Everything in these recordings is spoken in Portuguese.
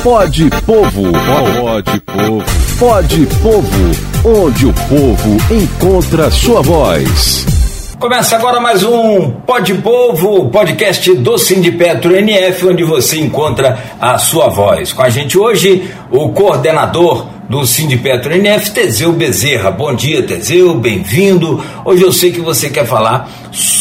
Pode Povo, pode Povo, pode Povo, onde o povo encontra sua voz. Começa agora mais um Pode Povo, podcast do Sindipetro NF, onde você encontra a sua voz. Com a gente hoje, o coordenador do Sindipetro NF, Teseu Bezerra. Bom dia, Teseu, bem-vindo. Hoje eu sei que você quer falar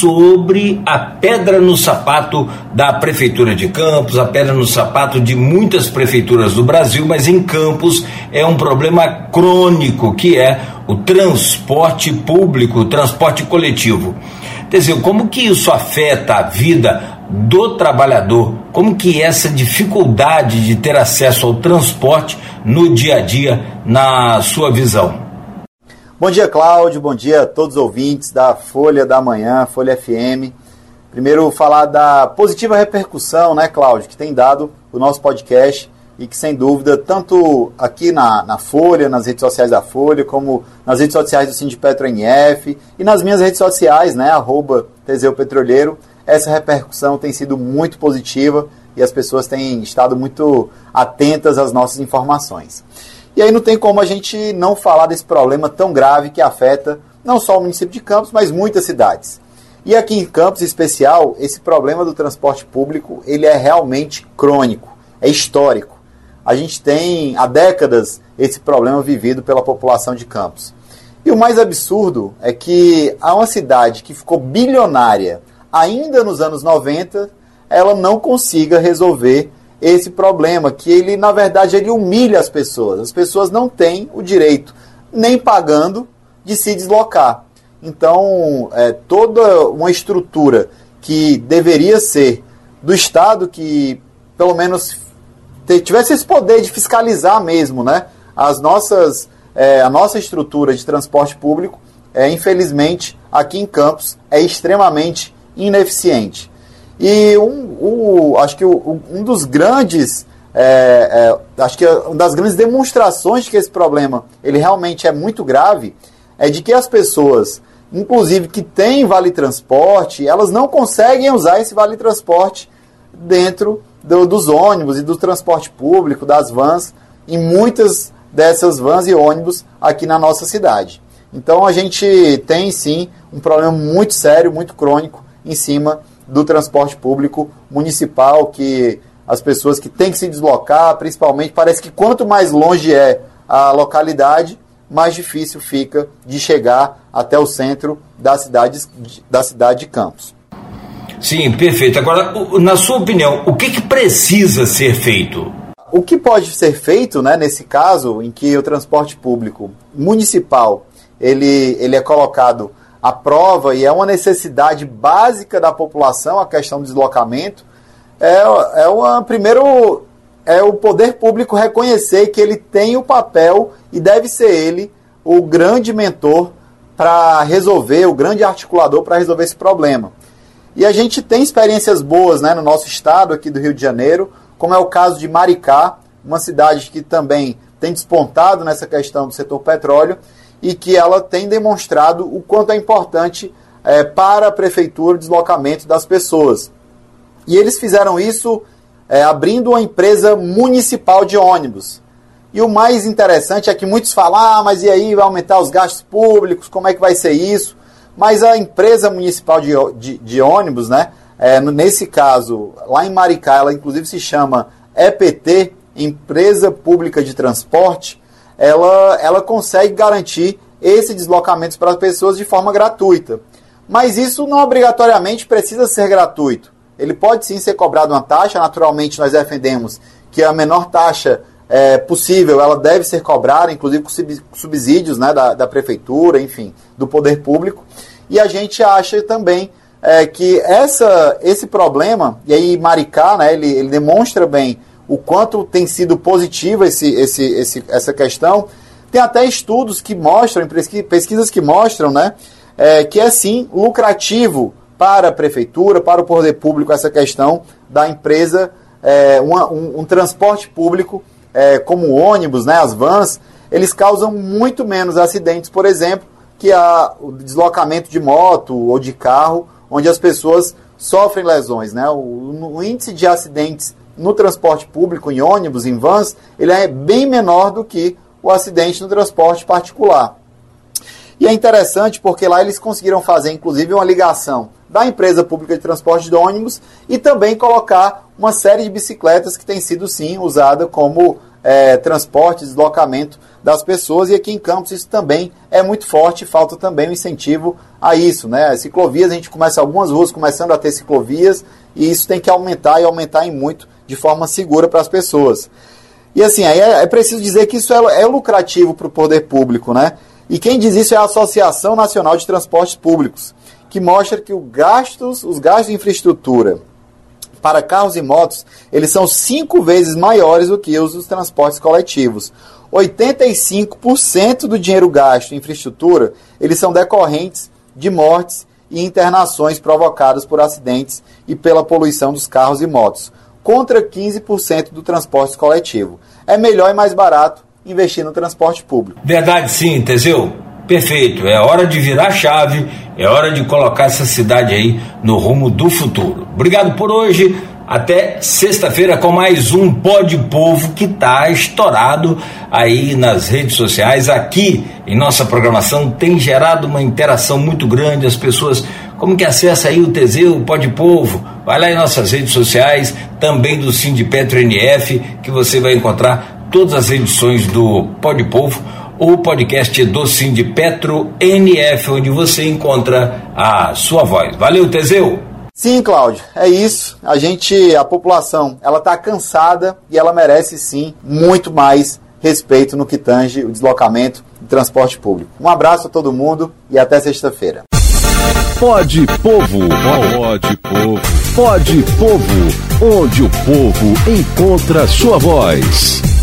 sobre a pedra no sapato da Prefeitura de Campos, a pedra no sapato de muitas prefeituras do Brasil, mas em Campos é um problema crônico, que é o transporte público, o transporte coletivo. Teseu, como que isso afeta a vida do trabalhador? Como que essa dificuldade de ter acesso ao transporte no dia a dia, na sua visão? Bom dia, Cláudio, bom dia a todos os ouvintes da Folha da Manhã, Folha FM. Primeiro, falar da positiva repercussão, né, Cláudio, que tem dado o nosso podcast e que, sem dúvida, tanto aqui na Folha, nas redes sociais da Folha, como nas redes sociais do Sindipetro NF e nas minhas redes sociais, né, @TeseuPetroleiro, essa repercussão tem sido muito positiva e as pessoas têm estado muito atentas às nossas informações. E aí não tem como a gente não falar desse problema tão grave que afeta não só o município de Campos, mas muitas cidades. E aqui em Campos, em especial, esse problema do transporte público, ele é realmente crônico, é histórico. A gente tem há décadas esse problema vivido pela população de Campos. E o mais absurdo é que há uma cidade que ficou bilionária ainda nos anos 90, ela não consiga resolver esse problema, que ele, na verdade, ele humilha as pessoas. As pessoas não têm o direito, nem pagando, de se deslocar. Então, toda uma estrutura que deveria ser do Estado, que pelo menos tivesse esse poder de fiscalizar mesmo, né, a nossa estrutura de transporte público, infelizmente, aqui em Campos, é extremamente ineficiente. E acho que um dos grandes, acho que uma das grandes demonstrações de que esse problema ele realmente é muito grave é de que as pessoas, inclusive que têm vale-transporte, elas não conseguem usar esse vale-transporte dentro dos ônibus e do transporte público, das vans, em muitas dessas vans e ônibus aqui na nossa cidade. Então a gente tem sim um problema muito sério, muito crônico em cima do transporte público municipal, que as pessoas que têm que se deslocar, principalmente, parece que quanto mais longe é a localidade, mais difícil fica de chegar até o centro da cidade de Campos. Sim, perfeito. Agora, na sua opinião, o que precisa ser feito? O que pode ser feito, né, nesse caso, em que o transporte público municipal ele é colocado à prova e é uma necessidade básica da população, a questão do deslocamento, primeiro é o poder público reconhecer que ele tem o papel e deve ser ele o grande mentor para resolver, o grande articulador para resolver esse problema. E a gente tem experiências boas, né, no nosso estado, aqui do Rio de Janeiro, como é o caso de Maricá, uma cidade que também tem despontado nessa questão do setor petróleo e que ela tem demonstrado o quanto é importante para a prefeitura o deslocamento das pessoas. E eles fizeram isso abrindo uma empresa municipal de ônibus. E o mais interessante é que muitos falam, mas e aí vai aumentar os gastos públicos, como é que vai ser isso? Mas a empresa municipal de ônibus, né, nesse caso, lá em Maricá, ela inclusive se chama EPT, Empresa Pública de Transporte, ela consegue garantir esse deslocamento para as pessoas de forma gratuita. Mas isso não obrigatoriamente precisa ser gratuito. Ele pode sim ser cobrado uma taxa, naturalmente nós defendemos que a menor taxa possível, ela deve ser cobrada, inclusive com subsídios, né, da prefeitura, enfim, do poder público. E a gente acha também que esse problema, e aí Maricá, né, ele demonstra bem o quanto tem sido positivo essa questão. Tem até estudos que mostram, pesquisas que mostram, né, que é sim lucrativo para a prefeitura, para o poder público, essa questão da empresa, um transporte público como o ônibus, né, as vans, eles causam muito menos acidentes, por exemplo, que o deslocamento de moto ou de carro, onde as pessoas sofrem lesões, né? O índice de acidentes no transporte público, em ônibus, em vans, ele é bem menor do que o acidente no transporte particular. E é interessante porque lá eles conseguiram fazer, inclusive, uma ligação da empresa pública de transporte de ônibus e também colocar uma série de bicicletas que tem sido, sim, usada como transporte, deslocamento das pessoas. E aqui em Campos isso também é muito forte, falta também um incentivo a isso, né? As ciclovias, a gente começa algumas ruas começando a ter ciclovias e isso tem que aumentar e aumentar em muito, de forma segura para as pessoas. E assim, aí é preciso dizer que isso é lucrativo para o poder público, né? E quem diz isso é a Associação Nacional de Transportes Públicos, que mostra que os gastos de infraestrutura para carros e motos, eles são 5 vezes maiores do que os dos transportes coletivos. 85% do dinheiro gasto em infraestrutura, eles são decorrentes de mortes e internações provocadas por acidentes e pela poluição dos carros e motos, contra 15% do transporte coletivo. É melhor e mais barato investir no transporte público. Verdade sim, Teseu. Perfeito. É hora de virar a chave, é hora de colocar essa cidade aí no rumo do futuro. Obrigado por hoje. Até sexta-feira com mais um Pode Povo que está estourado aí nas redes sociais. Aqui em nossa programação tem gerado uma interação muito grande. As pessoas, como que acessa aí o Teseu, o Pode Povo? Vai lá em nossas redes sociais, também do Sindipetro NF, que você vai encontrar todas as edições do Pode Povo, o podcast do Sindipetro NF, onde você encontra a sua voz. Valeu, Teseu! Sim, Cláudio, é isso. A população, ela está cansada e ela merece, sim, muito mais respeito no que tange o deslocamento do transporte público. Um abraço a todo mundo e até sexta-feira. Pode Povo, Pode Povo, Pode Povo, onde o povo encontra sua voz.